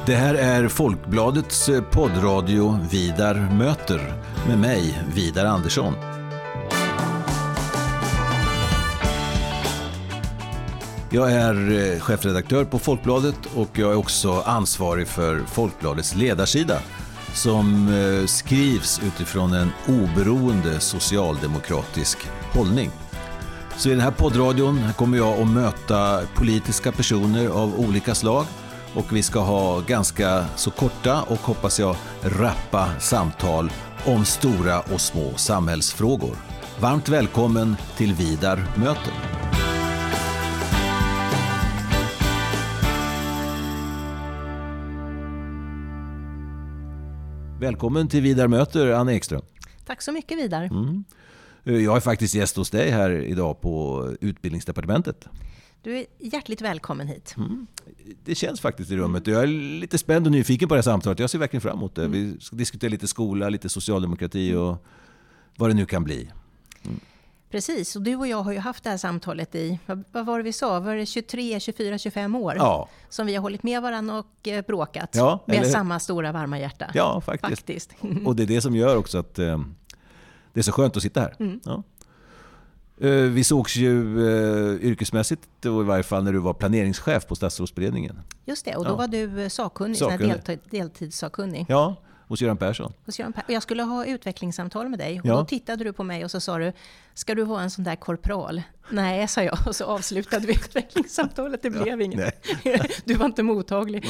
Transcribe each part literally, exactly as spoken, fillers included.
Det här är Folkbladets poddradio Vidar möter med mig, Vidar Andersson. Jag är chefredaktör på Folkbladet och jag är också ansvarig för Folkbladets ledarsida som skrivs utifrån en oberoende socialdemokratisk hållning. Så i den här poddradion kommer jag att möta politiska personer av olika slag och vi ska ha ganska så korta och hoppas jag rappa samtal om stora och små samhällsfrågor. Varmt välkommen till Vidar möter. Välkommen till Vidar möter, Anna Ekström. Tack så mycket, Vidar. Mm. Jag är faktiskt gäst hos dig här idag på Utbildningsdepartementet. Du är hjärtligt välkommen hit. Mm. Det känns faktiskt i rummet. Jag är lite spänd och nyfiken på det här samtalet. Jag ser verkligen fram emot det. Vi ska diskutera lite skola, lite socialdemokrati och vad det nu kan bli. Mm. Precis, och du och jag har ju haft det här samtalet i, vad var det vi sa, var det tjugotre, tjugofyra, tjugofem år ja. som vi har hållit med varandra och bråkat ja, med eller... samma stora varma hjärta. Ja, faktiskt. faktiskt. Och det är det som gör också att eh, det är så skönt att sitta här. Mm. Ja. Eh, vi sågs ju eh, yrkesmässigt, och i varje fall när du var planeringschef på statsrådsberedningen. Just det, och då ja. var du sakkunnig, sakkunnig. Deltid, deltidssakkunnig. Ja, hos Göran Persson. Hos Göran Persson. Och jag skulle ha utvecklingssamtal med dig. Och ja. då tittade du på mig och så sa du, ska du vara en sån där korpral? Nej, sa jag. Och så avslutade vi utvecklingssamtalet. Det blev ja, inget. Du var inte mottaglig.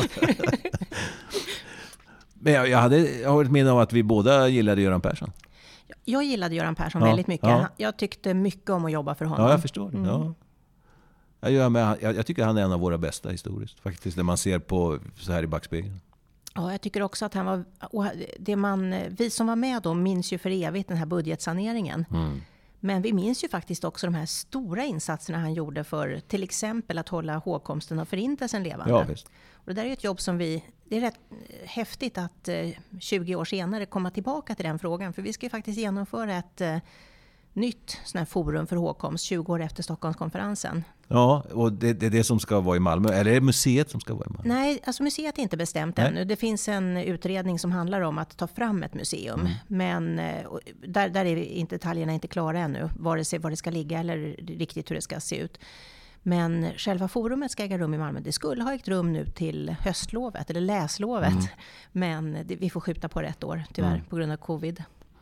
Men jag, jag hade jag har ett minne av att vi båda gillade Göran Persson. Jag gillade Göran Persson ja, väldigt mycket. Ja. Jag tyckte mycket om att jobba för honom. Ja, jag förstår det. Mm. Ja. Jag, gör med, jag, jag tycker han är en av våra bästa historiskt. Faktiskt, när man ser på så här i backspegeln. Ja, jag tycker också att han var... Och det man, vi som var med då minns ju för evigt den här budgetsaneringen. Mm. Men vi minns ju faktiskt också de här stora insatserna han gjorde för till exempel att hålla hågkomsten av förintelsen levande. Ja, visst. Och det där är ett jobb som vi... Det är rätt häftigt att eh, tjugo år senare komma tillbaka till den frågan. För vi ska ju faktiskt genomföra ett eh, nytt sån här forum för hågkomst tjugo år efter Stockholmskonferensen. Ja, och det, det är det som ska vara i Malmö. Eller är det museet som ska vara i Malmö? Nej, alltså museet är inte bestämt Nej. ännu. Det finns en utredning som handlar om att ta fram ett museum. Mm. Men där, där är inte detaljerna inte klara ännu. Vare sig var det ska ligga eller riktigt hur det ska se ut. Men själva forumet ska äga rum i Malmö. Det skulle ha ägt rum nu till höstlovet eller läslovet. Mm. Men det, vi får skjuta på ett år tyvärr mm. på grund av covid.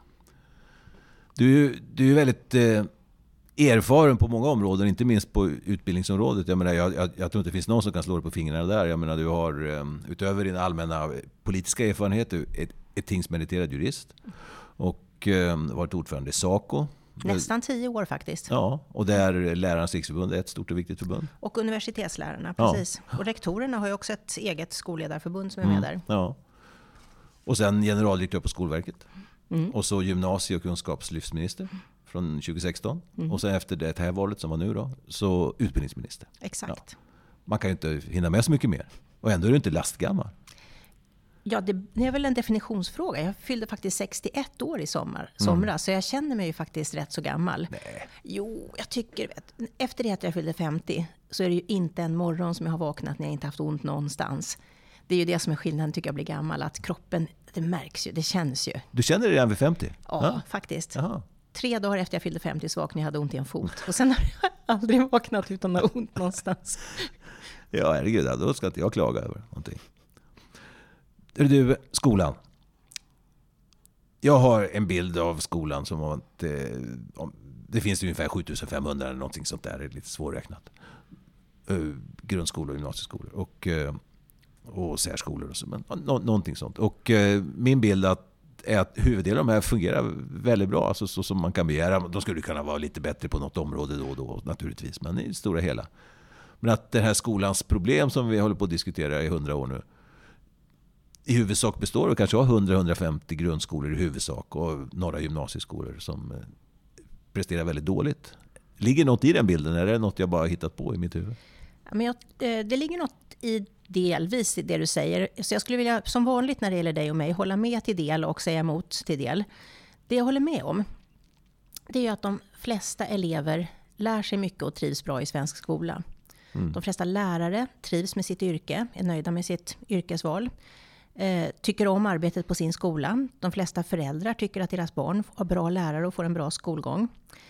Du, du är väldigt eh, erfaren på många områden, inte minst på utbildningsområdet. Jag menar, jag, jag, jag tror inte det finns någon som kan slå dig på fingrarna där. Jag menar, du har eh, utöver din allmänna politiska erfarenhet ett, ett tingsmeriterad jurist och eh, varit ordförande i SACO. Nästan tio år faktiskt. Ja, och där Lärarnas riksförbund är ett stort och viktigt förbund. Och universitetslärarna, precis. Ja. Och rektorerna har ju också ett eget skolledarförbund som är med mm, där. Ja. Och sen generaldirektör på Skolverket. Mm. Och så gymnasie- och kunskapslyftsminister från tjugo sexton. Mm. Och sen efter det här valet som var nu då, så utbildningsminister. Exakt. Ja. Man kan ju inte hinna med så mycket mer. Och ändå är du inte lastgammal. Ja, det, det är väl en definitionsfråga. Jag fyllde faktiskt sextioett år i sommar, somras, mm. så jag känner mig ju faktiskt rätt så gammal. Nej. Jo, jag tycker, efter det att jag fyllde femtio så är det ju inte en morgon som jag har vaknat när jag inte haft ont någonstans. Det är ju det som är skillnaden tycker jag blir gammal, att kroppen, det märks ju, det känns ju. Du känner det redan vid femtio? Ja, ja. faktiskt. Jaha. Tre dagar efter jag fyllde femtio så vaknade jag hade ont i en fot. Och sen har jag aldrig vaknat utan att ha ont någonstans. Ja, herregud, då ska inte jag klaga över någonting. Du, skolan. Jag har en bild av skolan som att eh, det finns ungefär sjuttusenfemhundra eller någonting sånt där, det är lite svårräknat. Uh, grundskolor och gymnasieskolor och, uh, och särskolor och så, men no, någonting sånt. Och uh, min bild att, är att huvuddelen av de här fungerar väldigt bra, alltså så som man kan begära. De skulle kunna vara lite bättre på något område då och då naturligtvis, men i det stora hela. Men att den här skolans problem som vi håller på att diskutera i hundra år nu i huvudsak består och kanske har hundra till hundrafemtio grundskolor i huvudsak och några gymnasieskolor som presterar väldigt dåligt. Ligger något i den bilden eller är det något jag bara har hittat på i mitt huvud? Ja, men jag, det ligger något i delvis i det du säger. Så jag skulle vilja, som vanligt när det gäller dig och mig, hålla med till del och säga emot till del. Det jag håller med om, det är att de flesta elever lär sig mycket och trivs bra i svensk skola. Mm. De flesta lärare trivs med sitt yrke, är nöjda med sitt yrkesval. Eh, tycker om arbetet på sin skola. De flesta föräldrar tycker att deras barn har bra lärare och får en bra skolgång.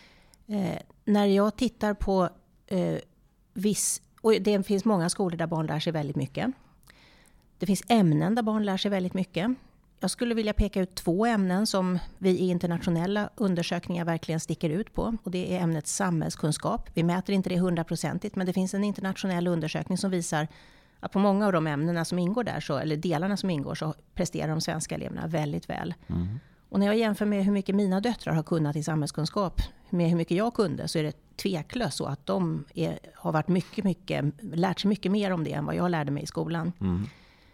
Eh, när jag tittar på eh, viss... Och det finns många skolor där barn lär sig väldigt mycket. Det finns ämnen där barn lär sig väldigt mycket. Jag skulle vilja peka ut två ämnen som vi i internationella undersökningar verkligen sticker ut på. Och det är ämnet samhällskunskap. Vi mäter inte det hundraprocentigt, men det finns en internationell undersökning som visar att på många av de ämnena som ingår där, så, eller delarna som ingår, så presterar de svenska eleverna väldigt väl. Mm. Och när jag jämför med hur mycket mina döttrar har kunnat i samhällskunskap med hur mycket jag kunde, så är det tveklöst så att de är, har varit mycket, mycket, lärt sig mycket mer om det än vad jag lärde mig i skolan. Mm.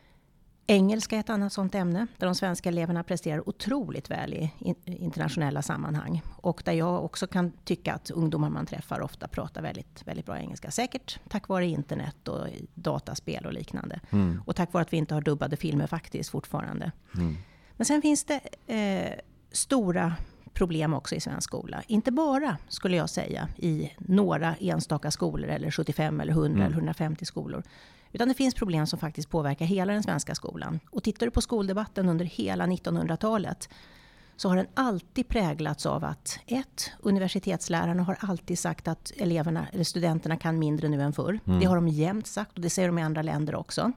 Engelska är ett annat sånt ämne där de svenska eleverna presterar otroligt väl i internationella sammanhang. Och där jag också kan tycka att ungdomar man träffar ofta pratar väldigt, väldigt bra engelska. Säkert tack vare internet och dataspel och liknande. Mm. Och tack vare att vi inte har dubbade filmer faktiskt fortfarande. Mm. Men sen finns det eh, stora problem också i svensk skola. Inte bara, skulle jag säga, i några enstaka skolor eller sjuttiofem eller hundra mm. eller hundrafemtio skolor. Utan det finns problem som faktiskt påverkar hela den svenska skolan. Och tittar du på skoldebatten under hela nittonhundratalet så har den alltid präglats av att ett, universitetslärarna har alltid sagt att eleverna eller studenterna kan mindre nu än förr. Mm. Det har de jämt sagt och det säger de i andra länder också.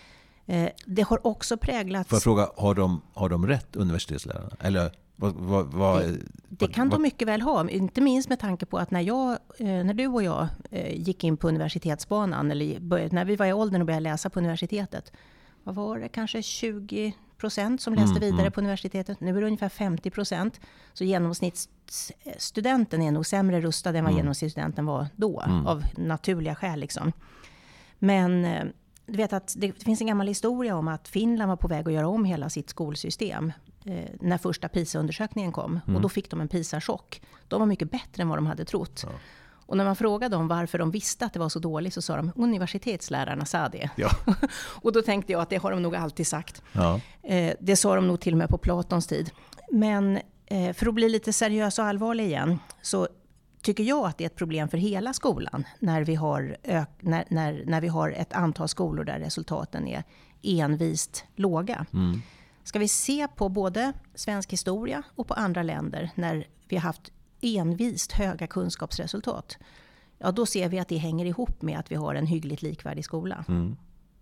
Eh, det har också präglats... Får jag fråga, har de, har de rätt, universitetslärarna? Eller... Vad, vad, vad, det, det kan de mycket väl ha, inte minst med tanke på att när, jag, när du och jag gick in på universitetsbanan, eller började, när vi var i åldern och började läsa på universitetet, vad var det, kanske tjugo procent som läste mm, vidare mm. på universitetet. Nu är det ungefär femtio procent, så genomsnittsstudenten är nog sämre rustad än vad mm. genomsnittsstudenten var då, mm. av naturliga skäl liksom. Men du vet att det finns en gammal historia om att Finland var på väg att göra om hela sitt skolsystem när första PISA-undersökningen kom. Mm. Och då fick de en PISA-chock. De var mycket bättre än vad de hade trott. Ja. Och när man frågade dem varför de visste att det var så dåligt, så sa de, universitetslärarna sa det. Ja. Och då tänkte jag att det har de nog alltid sagt. Ja. Eh, det sa de nog till och med på Platons tid. Men eh, för att bli lite seriös och allvarlig igen, så tycker jag att det är ett problem för hela skolan när vi har, ök- när, när, när vi har ett antal skolor där resultaten är envist låga. Mm. Ska vi se på både svensk historia och på andra länder när vi har haft envist höga kunskapsresultat, ja, då ser vi att det hänger ihop med att vi har en hyggligt likvärdig skola. Mm.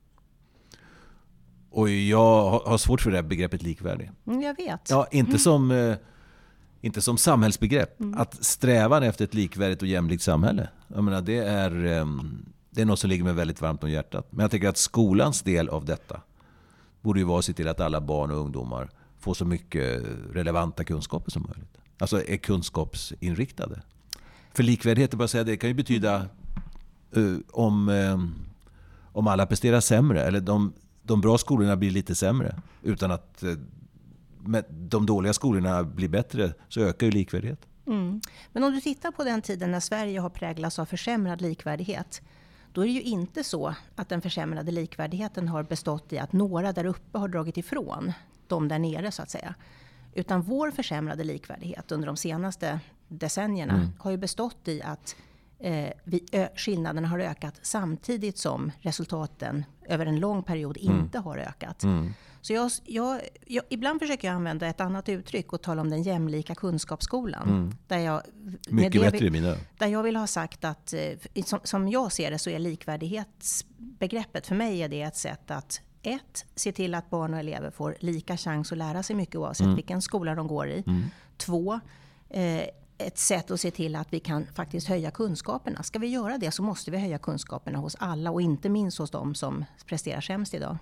Och jag har svårt för det här begreppet likvärdig. Mm, jag vet. Ja, inte mm. som... Eh, Inte som samhällsbegrepp. Mm. Att strävan efter ett likvärdigt och jämlikt samhälle. Jag menar, det, är, det är något som ligger mig väldigt varmt om hjärtat. Men jag tycker att skolans del av detta borde ju vara att se till att alla barn och ungdomar får så mycket relevanta kunskaper som möjligt. Alltså är kunskapsinriktade. För likvärdighet, bara säga, det kan ju betyda uh, om, um, om alla presterar sämre. Eller de, de bra skolorna blir lite sämre. Utan att... Uh, med de dåliga skolorna blir bättre, så ökar ju likvärdighet. Mm. Men om du tittar på den tiden när Sverige har präglats av försämrad likvärdighet, då är det ju inte så att den försämrade likvärdigheten har bestått i att några där uppe har dragit ifrån de där nere så att säga. Utan vår försämrade likvärdighet under de senaste decennierna mm. har ju bestått i att eh, vi, ö, skillnaderna har ökat samtidigt som resultaten över en lång period mm. inte har ökat. Mm. Så jag, jag, jag, ibland försöker jag använda ett annat uttryck och tala om den jämlika kunskapsskolan. Mm. Där jag, Mycket bättre i mina. Där jag vill ha sagt att, som, som jag ser det, så är likvärdighetsbegreppet för mig är det ett sätt att ett, se till att barn och elever får lika chans att lära sig mycket oavsett mm. vilken skola de går i. Mm. Två, eh, ett sätt att se till att vi kan faktiskt höja kunskaperna. Ska vi göra det så måste vi höja kunskaperna hos alla och inte minst hos dem som presterar sämst idag.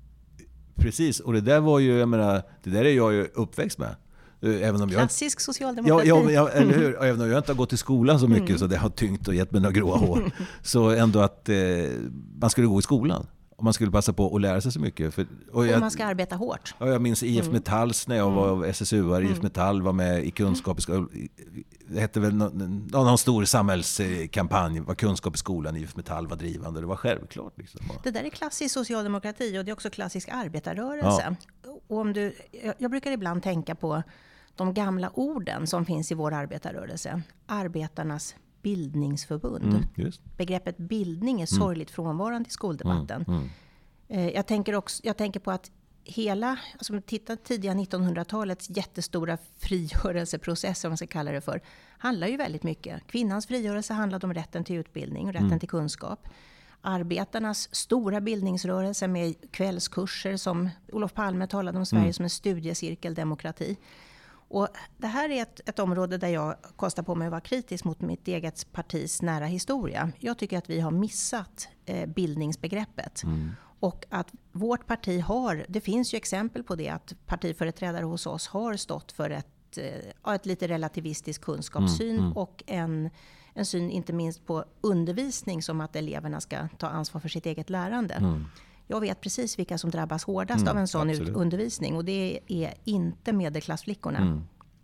Precis, och det där var ju, jag menar, det där är jag ju uppväxt med. Även om Klassisk jag, socialdemokrati. Ja, ja, eller hur? Även om jag inte har gått i skolan så mycket mm. så det har tyngt och gett mig några gråa hår. Så ändå att eh, man skulle gå i skolan. Och man skulle passa på att lära sig så mycket. För, och jag, och man ska arbeta hårt. Ja, jag minns I F mm. Metalls när jag var S S U-are. Mm. I F Metall var med i kunskap i skolan. Det hette väl någon, någon stor samhällskampanj. Var kunskap i skolan, I F Metall var drivande. Det var självklart. Liksom. Det där är klassisk socialdemokrati och det är också klassisk arbetarrörelse. Ja. Och om du, jag, jag brukar ibland tänka på de gamla orden som finns i vår arbetarrörelse. Arbetarnas bildningsförbund. Mm, just. Begreppet bildning är sorgligt mm. frånvarande i skoldebatten. Mm, mm. Jag tänker också, jag tänker på att hela, alltså titta tidiga nittonhundratalets jättestora frigörelseprocess, om man ska kalla det för, handlar ju väldigt mycket. Kvinnans frigörelse handlade om rätten till utbildning och rätten mm. till kunskap. Arbetarnas stora bildningsrörelse med kvällskurser som Olof Palme talade om Sverige mm. som en studiecirkeldemokrati. Och det här är ett, ett område där jag kostar på mig att vara kritisk mot mitt eget partis nära historia. Jag tycker att vi har missat eh, bildningsbegreppet. Mm. Och att vårt parti har, det finns ju exempel på det, att partiföreträdare hos oss har stått för ett, eh, ett lite relativistisk kunskapssyn mm. Mm. och en, en syn inte minst på undervisning som att eleverna ska ta ansvar för sitt eget lärande. Mm. Jag vet precis vilka som drabbas hårdast mm, av en sån ut- undervisning. Och det är inte medelklassflickorna. Mm.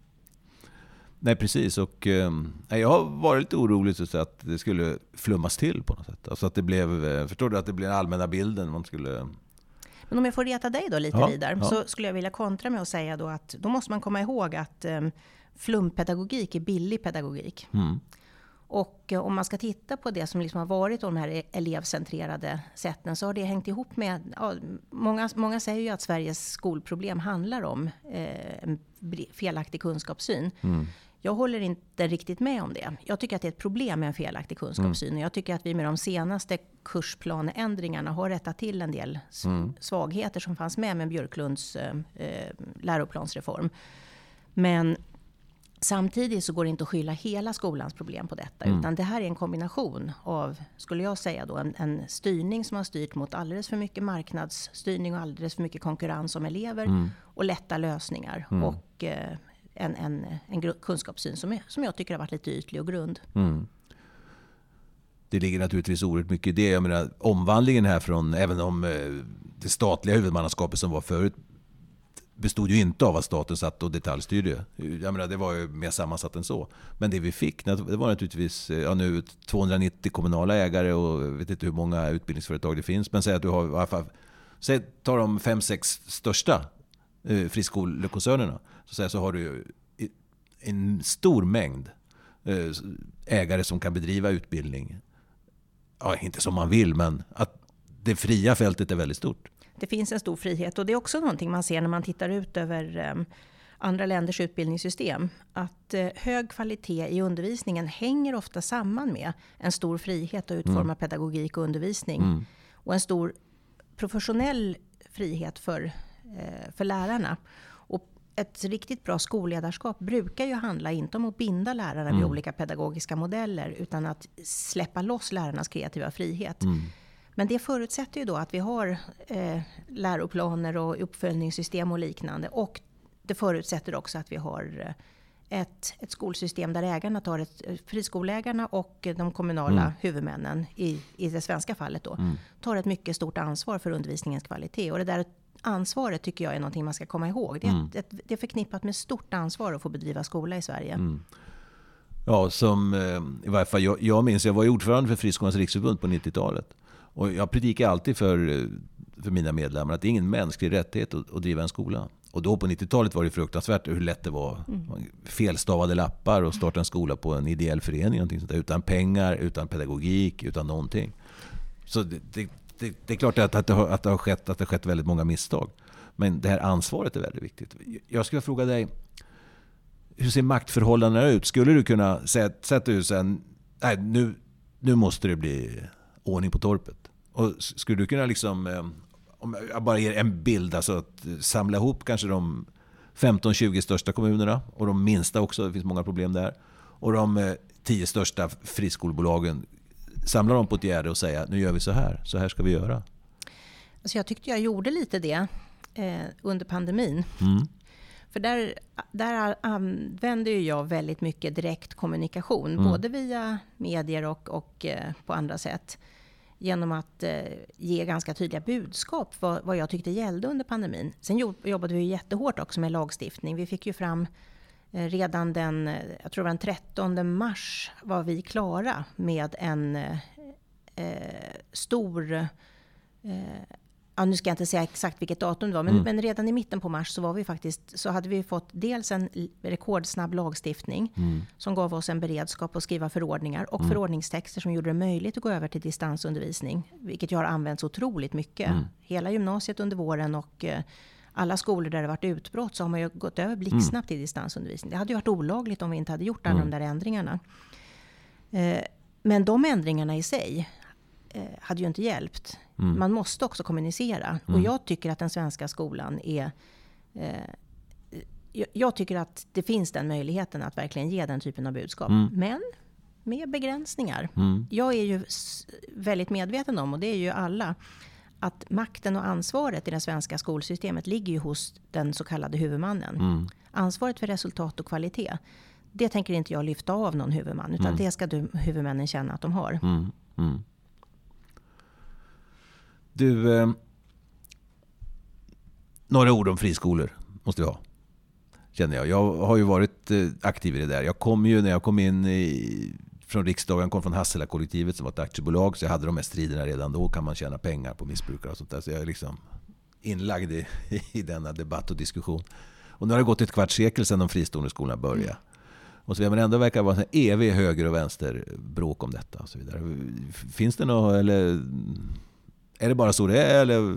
Nej, precis. Och, eh, jag har varit lite orolig så att det skulle flummas till på något sätt. Alltså att det blev, förstår du, att det blev den allmänna bilden man skulle... Men om jag får reta dig då lite ja, vidare ja. så skulle jag vilja kontra med att säga då att då måste man komma ihåg att eh, flumpedagogik är billig pedagogik. Mm. Och om man ska titta på det som liksom har varit de här elevcentrerade sätten så har det hängt ihop med... Ja, många, många säger ju att Sveriges skolproblem handlar om eh, en felaktig kunskapssyn. Mm. Jag håller inte riktigt med om det. Jag tycker att det är ett problem med en felaktig kunskapssyn. Mm. Jag tycker att vi med de senaste kursplaneändringarna har rättat till en del mm. svagheter som fanns med med Björklunds eh, läroplansreform. Men... Samtidigt så går det inte att skylla hela skolans problem på detta. Mm. Utan det här är en kombination av, skulle jag säga då, en, en styrning som har styrt mot alldeles för mycket marknadsstyrning och alldeles för mycket konkurrens om elever. Mm. Och lätta lösningar. Mm. Och eh, en, en, en kunskapssyn som, är, som jag tycker har varit lite ytlig och grund. Mm. Det ligger naturligtvis oerhört mycket i det. Jag menar, omvandlingen här från, även om eh, det statliga huvudmannaskapet som var förut, bestod ju inte av att staten satt och detaljstyrde. Jag menar, det var ju mer sammansatt än så. Men det vi fick, det var naturligtvis ja, nu tvåhundranittio kommunala ägare och jag vet inte hur många utbildningsföretag det finns. Men säg att du har i alla fall, säg, ta de fem, sex största eh, friskolekoncernerna. Så, säg, så har du en stor mängd eh, ägare som kan bedriva utbildning. Ja, inte som man vill, men att det fria fältet är väldigt stort. Det finns en stor frihet och det är också någonting man ser när man tittar ut över um, andra länders utbildningssystem. Att uh, hög kvalitet i undervisningen hänger ofta samman med en stor frihet att utforma mm. pedagogik och undervisning. Mm. Och en stor professionell frihet för, uh, för lärarna. Och ett riktigt bra skolledarskap brukar ju handla inte om att binda lärarna mm. vid olika pedagogiska modeller utan att släppa loss lärarnas kreativa frihet. Mm. Men det förutsätter ju då att vi har eh, läroplaner och uppföljningssystem och liknande. Och det förutsätter också att vi har ett, ett skolsystem där ägarna tar ett, friskolägarna och de kommunala mm. huvudmännen i, i det svenska fallet då, mm. tar ett mycket stort ansvar för undervisningens kvalitet. Och det där ansvaret tycker jag är någonting man ska komma ihåg. Det är, mm. ett, det är förknippat med stort ansvar att få bedriva skola i Sverige. Mm. Ja, som eh, i varje fall jag, jag minns, jag var ordförande för Friskolans riksförbund på nittiotalet. Och jag predikar alltid för, för mina medlemmar att det är ingen mänsklig rättighet att, att driva en skola. Och då på nittiotalet var det fruktansvärt hur lätt det var. Mm. Felstavade lappar och starta en skola på en ideell förening. Någonting sånt där, utan pengar, utan pedagogik, utan någonting. Så det, det, det, det är klart att, att, det har, att, det har skett, att det har skett väldigt många misstag. Men det här ansvaret är väldigt viktigt. Jag skulle fråga dig, hur ser maktförhållandena ut? Skulle du kunna säga, säga du sen, nej, nu, nu måste det bli ordning på torpet. Och skulle du kunna liksom, om jag bara ger en bild, alltså att samla ihop kanske de femton tjugo största kommunerna och de minsta också, det finns många problem där, och de tio största friskolbolagen, samla dem på ett gärde och säga, nu gör vi så här, så här ska vi göra. Alltså jag tyckte jag gjorde lite det eh, under pandemin. Mm. För där, där använder jag väldigt mycket direkt kommunikation, mm. både via medier och, och eh, på andra sätt. Genom att eh, ge ganska tydliga budskap vad, vad jag tyckte gällde under pandemin. Sen jobbade vi jättehårt också med lagstiftning. Vi fick ju fram eh, redan den, jag tror det var den trettonde mars var vi klara med en eh, stor eh, ja, nu ska jag inte säga exakt vilket datum det var, men, Mm. men redan i mitten på mars så, var vi faktiskt, så hade vi fått dels en rekordsnabb lagstiftning Mm. som gav oss en beredskap att skriva förordningar och Mm. förordningstexter som gjorde det möjligt att gå över till distansundervisning, vilket jag har använt otroligt mycket. Mm. Hela gymnasiet under våren och eh, alla skolor där det varit utbrott så har man ju gått över blixtsnabbt till distansundervisning. Det hade ju varit olagligt om vi inte hade gjort alla Mm. de där ändringarna. Eh, men de ändringarna i sig eh, hade ju inte hjälpt. Mm. Man måste också kommunicera. Mm. Och jag tycker att den svenska skolan är... Eh, jag, jag tycker att det finns den möjligheten att verkligen ge den typen av budskap. Mm. Men med begränsningar. Mm. Jag är ju s- väldigt medveten om, och det är ju alla, att makten och ansvaret i det svenska skolsystemet ligger ju hos den så kallade huvudmannen. Mm. Ansvaret för resultat och kvalitet, det tänker inte jag lyfta av någon huvudman, utan Mm. det ska du, huvudmännen känna att de har. Mm. Mm. Du, eh, några ord om friskolor måste vi ha, känner jag. Jag har ju varit eh, aktiv i det där. Jag kom ju när jag kom in i, från riksdagen, kom från Hassela-kollektivet som var ett aktiebolag, så jag hade de här striderna redan då. Kan man tjäna pengar på missbrukare och sånt där. Så jag är liksom inlagd i, i denna debatt och diskussion. Och nu har det gått ett kvarts sekel sedan de fristående skolorna började. Mm. Och så men ändå verkar det vara en evig höger och vänster bråk om detta och så vidare. Finns det något, eller är det bara så det är, eller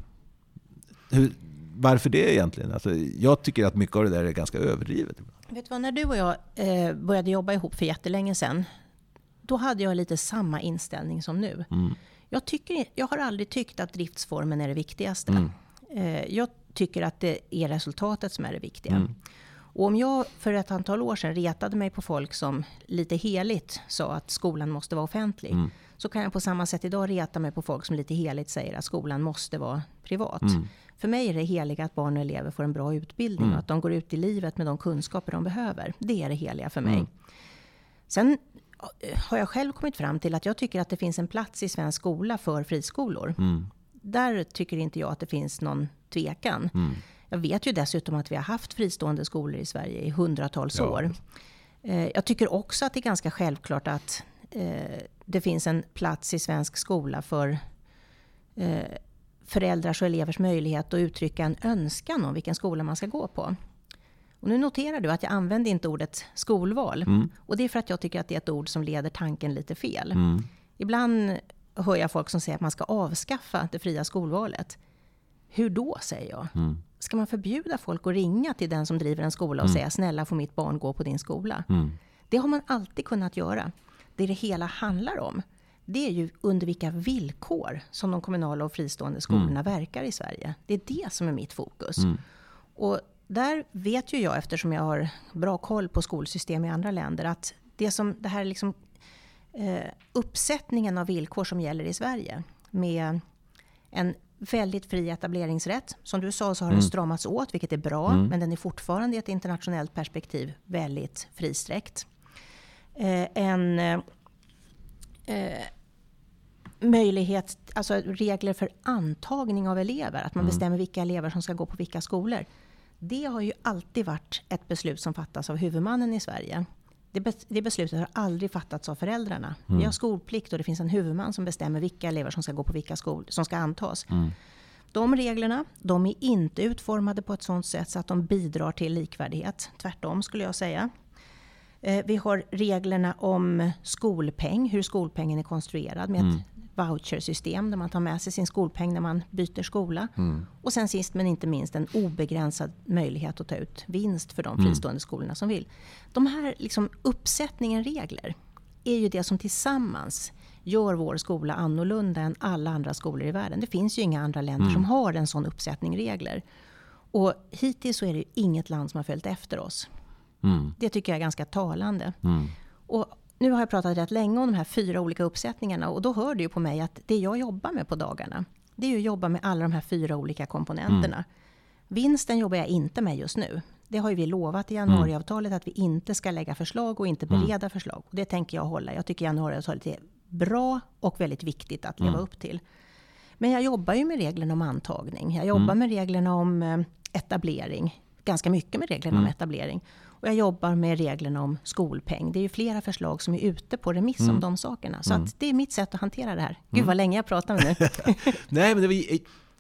hur, varför det egentligen? Alltså, jag tycker att mycket av det där är ganska överdrivet. Vet du vad, när du och jag eh, började jobba ihop för jättelänge sedan, då hade jag lite samma inställning som nu. Mm. Jag, tycker, jag har aldrig tyckt att driftsformen är det viktigaste. Mm. Eh, jag tycker att det är resultatet som är det viktiga. Mm. Och om jag för ett antal år sedan retade mig på folk som lite heligt sa att skolan måste vara offentlig, Mm. så kan jag på samma sätt idag reta mig på folk som lite heligt säger att skolan måste vara privat. Mm. För mig är det heliga att barn och elever får en bra utbildning Mm. och att de går ut i livet med de kunskaper de behöver. Det är det heliga för mig. Mm. Sen har jag själv kommit fram till att jag tycker att det finns en plats i svensk skola för friskolor. Mm. Där tycker inte jag att det finns någon tvekan. Mm. Jag vet ju dessutom att vi har haft fristående skolor i Sverige i hundratals Ja. år. Eh, jag tycker också att det är ganska självklart att eh, det finns en plats i svensk skola för eh, föräldrars och elevers möjlighet att uttrycka en önskan om vilken skola man ska gå på. Och nu noterar du att jag använder inte ordet skolval. Mm. Och det är för att jag tycker att det är ett ord som leder tanken lite fel. Mm. Ibland hör jag folk som säger att man ska avskaffa det fria skolvalet. Hur då, säger jag. Mm. Ska man förbjuda folk att ringa till den som driver en skola och Mm. säga snälla får mitt barn gå på din skola? Mm. Det har man alltid kunnat göra. Det det hela handlar om, det är ju under vilka villkor som de kommunala och fristående skolorna Mm. verkar i Sverige. Det är det som är mitt fokus. Mm. Och där vet ju jag, eftersom jag har bra koll på skolsystem i andra länder, att det som det här liksom eh, uppsättningen av villkor som gäller i Sverige med en väldigt fri etableringsrätt. Som du sa så har Mm. den stramats åt, vilket är bra. Mm. Men den är fortfarande i ett internationellt perspektiv väldigt fristräckt. Eh, en eh, eh, möjlighet, alltså regler för antagning av elever. Att man Mm. bestämmer vilka elever som ska gå på vilka skolor. Det har ju alltid varit ett beslut som fattas av huvudmannen i Sverige. Det, be- det beslutet har aldrig fattats av föräldrarna. Mm. Vi har skolplikt och det finns en huvudman som bestämmer vilka elever som ska gå på vilka skolor som ska antas. Mm. De reglerna, de är inte utformade på ett sådant sätt så att de bidrar till likvärdighet. Tvärtom skulle jag säga. Eh, vi har reglerna om skolpeng, hur skolpengen är konstruerad med Mm. ett vouchersystem där man tar med sig sin skolpeng när man byter skola. Mm. Och sen sist men inte minst en obegränsad möjlighet att ta ut vinst för de Mm. fristående skolorna som vill. De här liksom uppsättningen regler är ju det som tillsammans gör vår skola annorlunda än alla andra skolor i världen. Det finns ju inga andra länder Mm. som har en sån uppsättning regler. Och hittills så är det ju inget land som har följt efter oss. Mm. Det tycker jag är ganska talande. Mm. Och nu har jag pratat rätt länge om de här fyra olika uppsättningarna och då hör det ju på mig att det jag jobbar med på dagarna, det är ju att jobba med alla de här fyra olika komponenterna. Mm. Vinsten jobbar jag inte med just nu. Det har ju vi lovat i januariavtalet att vi inte ska lägga förslag och inte bereda Mm. förslag. Och det tänker jag hålla. Jag tycker januariavtalet är bra och väldigt viktigt att leva Mm. upp till. Men jag jobbar ju med reglerna om antagning. Jag jobbar Mm. med reglerna om eh, etablering. Ganska mycket med reglerna Mm. om etablering. Och jag jobbar med reglerna om skolpeng. Det är ju flera förslag som är ute på remiss Mm. om de sakerna. Så Mm. att det är mitt sätt att hantera det här. Gud Mm. vad länge jag pratar med nu. Nej, men det var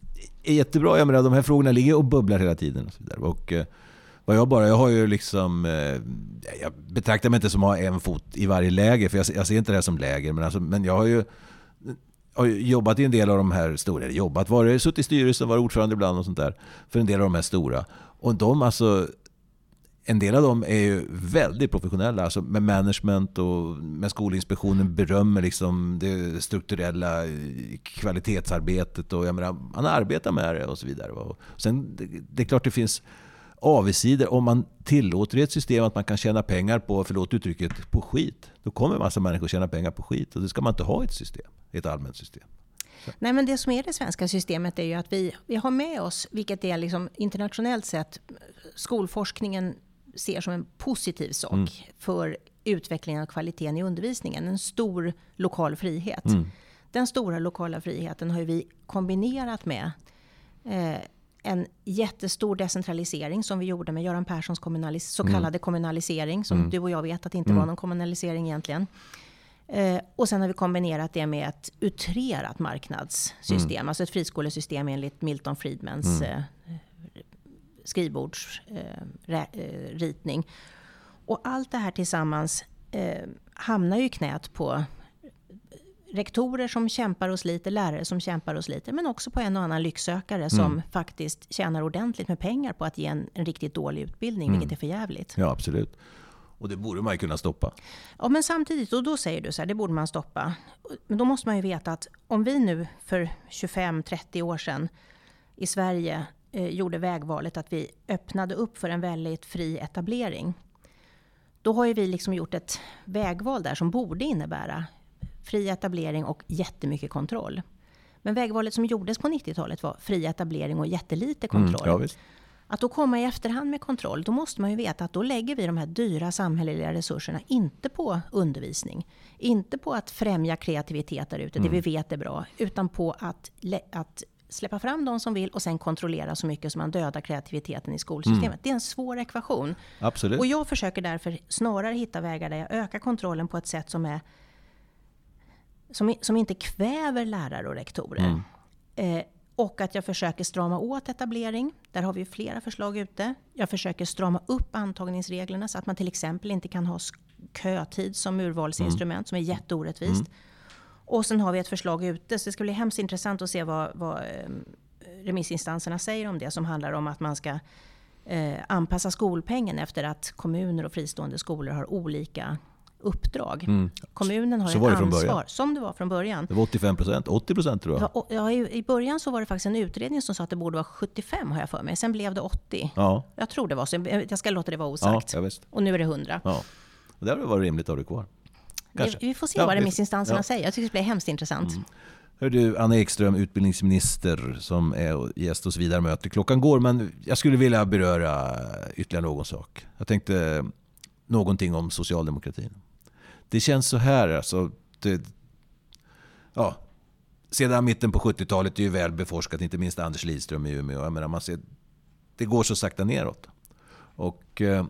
är jättebra. Jag menar, de här frågorna ligger och bubblar hela tiden. Och så vidare. Och, eh, vad jag bara, jag har ju liksom, eh, jag betraktar mig inte som att ha en fot i varje läger, för jag, jag ser inte det här som läger, men, alltså, men jag har ju, har ju jobbat i en del av de här stora, jobbat, varit, suttit i styrelsen, varit ordförande ibland och sånt där, för en del av de här stora. Och de alltså, en del av dem är ju väldigt professionella, alltså med management och med Skolinspektionen berömmer liksom det strukturella kvalitetsarbetet, och jag menar, man arbetar med det och så vidare. Och sen, det, det är klart det finns avsidor om man tillåter ett system att man kan tjäna pengar på, förlåt uttrycket, på skit. Då kommer en massa människor tjäna pengar på skit, och det ska man inte ha i ett system, ett allmänt system. Så. Nej, men det som är det svenska systemet är ju att vi, vi har med oss, vilket är liksom internationellt sett skolforskningen ser som en positiv sak mm. för utvecklingen av kvaliteten i undervisningen. En stor lokal frihet. Mm. Den stora lokala friheten har vi kombinerat med eh, en jättestor decentralisering som vi gjorde med Göran Perssons kommunalis- så kallade mm. kommunalisering, som mm. du och jag vet att det inte mm. var någon kommunalisering egentligen. Eh, och sen har vi kombinerat det med ett utrerat marknadssystem, mm. alltså ett friskolesystem enligt Milton Friedmans mm. eh, skrivbordsritning. Eh, och allt det här tillsammans eh, hamnar ju i knät på rektorer som kämpar och sliter, lärare som kämpar och sliter, men också på en och annan lycksökare som mm. faktiskt tjänar ordentligt med pengar på att ge en, en riktigt dålig utbildning, mm. vilket är för jävligt. Ja, absolut. Och det borde man ju kunna stoppa. Ja, men samtidigt, och då säger du så här, det borde man stoppa. Men då måste man ju veta att om vi nu för tjugofem trettio år sedan i Sverige eh, gjorde vägvalet att vi öppnade upp för en väldigt fri etablering, då har ju vi liksom gjort ett vägval där som borde innebära fri etablering och jättemycket kontroll. Men vägvalet som gjordes på nittiotalet var fri etablering och jättelite kontroll. Mm, ja, visst. Att då komma i efterhand med kontroll, då måste man ju veta att då lägger vi de här dyra samhälleliga resurserna inte på undervisning, inte på att främja kreativitet där ute, mm. det vi vet är bra, utan på att, att släppa fram de som vill och sen kontrollera så mycket som man dödar kreativiteten i skolsystemet. Mm. Det är en svår ekvation. Absolut. Och jag försöker därför snarare hitta vägar där jag ökar kontrollen på ett sätt som är som, som inte kväver lärare och rektorer. Mm. Eh, och att jag försöker strama åt etablering. Där har vi flera förslag ute. Jag försöker strama upp antagningsreglerna så att man till exempel inte kan ha kötid som urvalsinstrument, mm. som är jätteorättvist. Mm. Och sen har vi ett förslag ute, så det ska bli hemskt intressant att se vad, vad eh, remissinstanserna säger om det, som handlar om att man ska eh, anpassa skolpengen efter att kommuner och fristående skolor har olika uppdrag. Mm. Kommunen har så ett ansvar, som det var från början. Det var åttiofem procent, åttio procent tror jag. Ja, ja, i, i början så var det faktiskt en utredning som sa att det borde vara sjuttiofem, har jag för mig. Sen blev det åttio. Ja. Jag tror det var så. Jag ska låta det vara osagt. Ja, och nu är det hundra. Ja. Och det var rimligt att ha det kvar. Kanske. Vi får se ja, vad remissinstanserna ja. säger. Jag tycker det blir hemskt intressant. Mm. Hör du, Anna Ekström, utbildningsminister, som är gäst hos Vidare möte. Klockan går, men jag skulle vilja beröra ytterligare någon sak. Jag tänkte någonting om socialdemokratin. Det känns så här, alltså, det, ja, sedan mitten på sjuttiotalet är ju väl beforskat, inte minst Anders Lidström i Umeå. Jag menar, man ser, det går så sakta neråt. Och eh,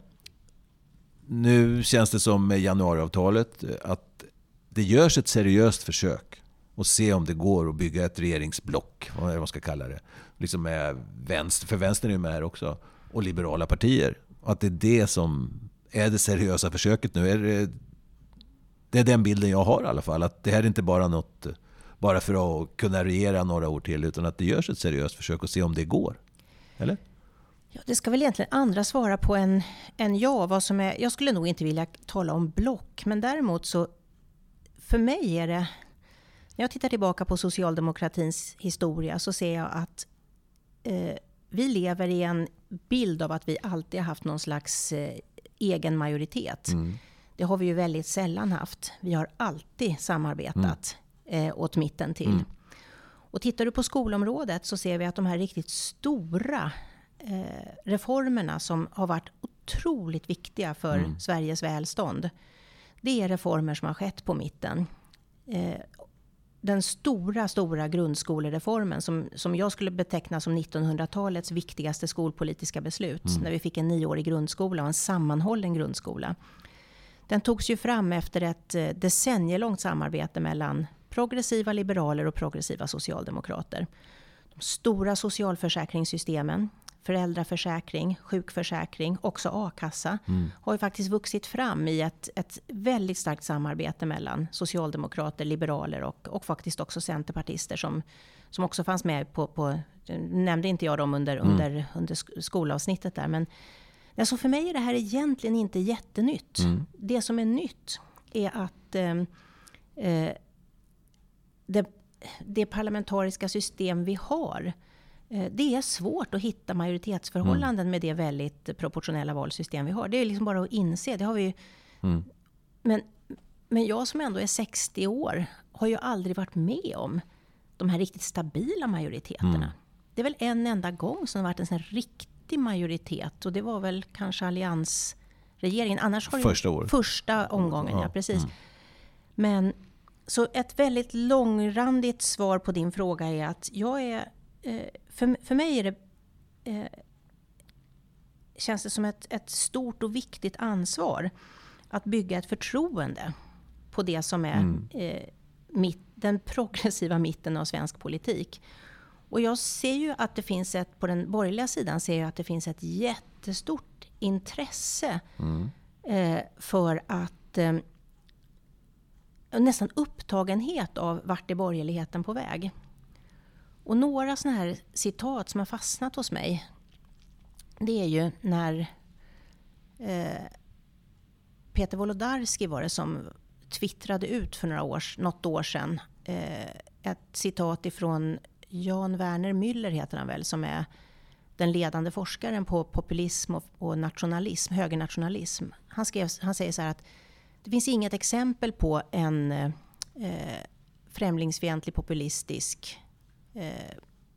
nu känns det som med januariavtalet att det görs ett seriöst försök och se om det går att bygga ett regeringsblock, vad är det man ska kalla det, liksom med vänster, för vänstern är ju med här också, och liberala partier. Och att det är det som är det seriösa försöket nu. Är det, det är den bilden jag har i alla fall, att det här är inte bara något bara för att kunna regera några år till, utan att det görs ett seriöst försök och se om det går. Eller? Ja, det ska väl egentligen andra svara på än, än jag. Vad som är, jag skulle nog inte vilja tala om block, men däremot så för mig är det, när jag tittar tillbaka på socialdemokratins historia så ser jag att eh, vi lever i en bild av att vi alltid har haft någon slags eh, egen majoritet. Mm. Det har vi ju väldigt sällan haft. Vi har alltid samarbetat mm. eh, åt mitten till. Mm. Och tittar du på skolområdet så ser vi att de här riktigt stora eh, reformerna som har varit otroligt viktiga för mm. Sveriges välstånd, det är reformer som har skett på mitten. Eh, den stora, stora grundskolereformen som, som jag skulle beteckna som nittonhundratalets viktigaste skolpolitiska beslut, mm. när vi fick en nioårig grundskola och en sammanhållen grundskola. Den togs ju fram efter ett decennielångt samarbete mellan progressiva liberaler och progressiva socialdemokrater. de stora socialförsäkringssystemen, föräldraförsäkring, sjukförsäkring, också a-kassa, mm. har ju faktiskt vuxit fram i ett, ett väldigt starkt samarbete mellan socialdemokrater, liberaler och, och faktiskt också centerpartister som, som också fanns med på, på nämnde inte jag dem under, mm. under, under skolavsnittet där. Men alltså för mig är det här egentligen inte jättenytt. Mm. Det som är nytt är att eh, eh, det, det parlamentariska system vi har, eh, det är svårt att hitta majoritetsförhållanden mm. med det väldigt proportionella valsystem vi har. Det är liksom bara att inse. Det har vi ju, mm. men, men jag som ändå är sextio år har ju aldrig varit med om de här riktigt stabila majoriteterna. Mm. Det är väl en enda gång som det har varit en sån här riktig majoritet. Och det var väl kanske alliansregeringen. Annars har det första året. Första omgången, ja, ja precis. Mm. Men så ett väldigt långrandigt svar på din fråga är att jag är... För, för mig är det... Känns det som ett, ett stort och viktigt ansvar att bygga ett förtroende på det som är mm. eh, mitt, den progressiva mitten av svensk politik. Och jag ser ju att det finns ett, på den borgerliga sidan ser jag att det finns ett jättestort intresse mm. eh, för att eh, nästan upptagenhet av vart är borgerligheten på väg. Och några såna här citat som har fastnat hos mig, det är ju när eh, Peter Wolodarski var det som twittrade ut för några år, något år sedan eh, ett citat ifrån Jan Werner Müller heter han väl, som är den ledande forskaren på populism och, och nationalism, högernationalism. Han, skrev, han säger så här att det finns inget exempel på en eh, främlingsfientlig populistisk eh,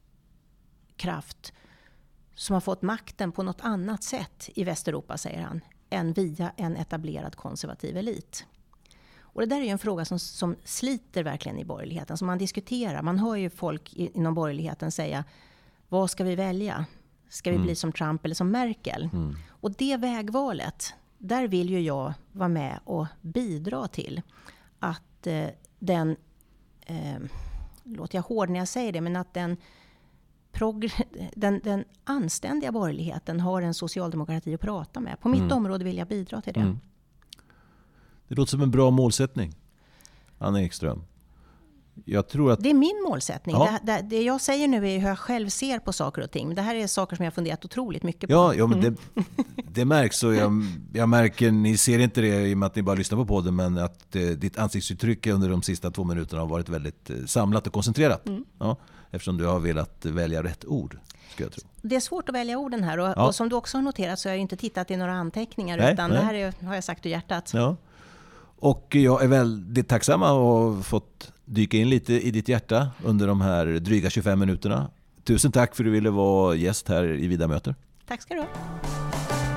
kraft som har fått makten på något annat sätt i Västeuropa, säger han, än via en etablerad konservativ elit. Och det där är ju en fråga som, som sliter verkligen i borgerligheten, som man diskuterar. Man hör ju folk i, inom borgerligheten säga, vad ska vi välja? Ska vi mm. bli som Trump eller som Merkel? Mm. Och det vägvalet, där vill ju jag vara med och bidra till att eh, den, eh, låter jag hård när jag säger det, men att den, progr- den, den anständiga borgerligheten har en socialdemokrati att prata med. På mitt mm. område vill jag bidra till det. Mm. Det låter som en bra målsättning, Anna Ekström. Jag tror att... Det är min målsättning. Ja. Det, det, det jag säger nu är hur jag själv ser på saker och ting. Men det här är saker som jag har funderat otroligt mycket på. Ja, ja men det, det märks. Och jag, jag märker, ni ser inte det i och med att ni bara lyssnar på podden, men att eh, ditt ansiktsuttryck under de sista två minuterna har varit väldigt eh, samlat och koncentrerat. Mm. Ja, eftersom du har velat välja rätt ord, ska jag tro. Det är svårt att välja orden här. Och, ja. och som du också har noterat så har jag inte tittat i några anteckningar. Nej, utan nej. det här är, har jag sagt ur hjärtat. Ja. Och jag är väldigt tacksam att ha fått dyka in lite i ditt hjärta under de här dryga tjugofem minuterna. Tusen tack för att du ville vara gäst här i Vida möter. Tack ska du ha.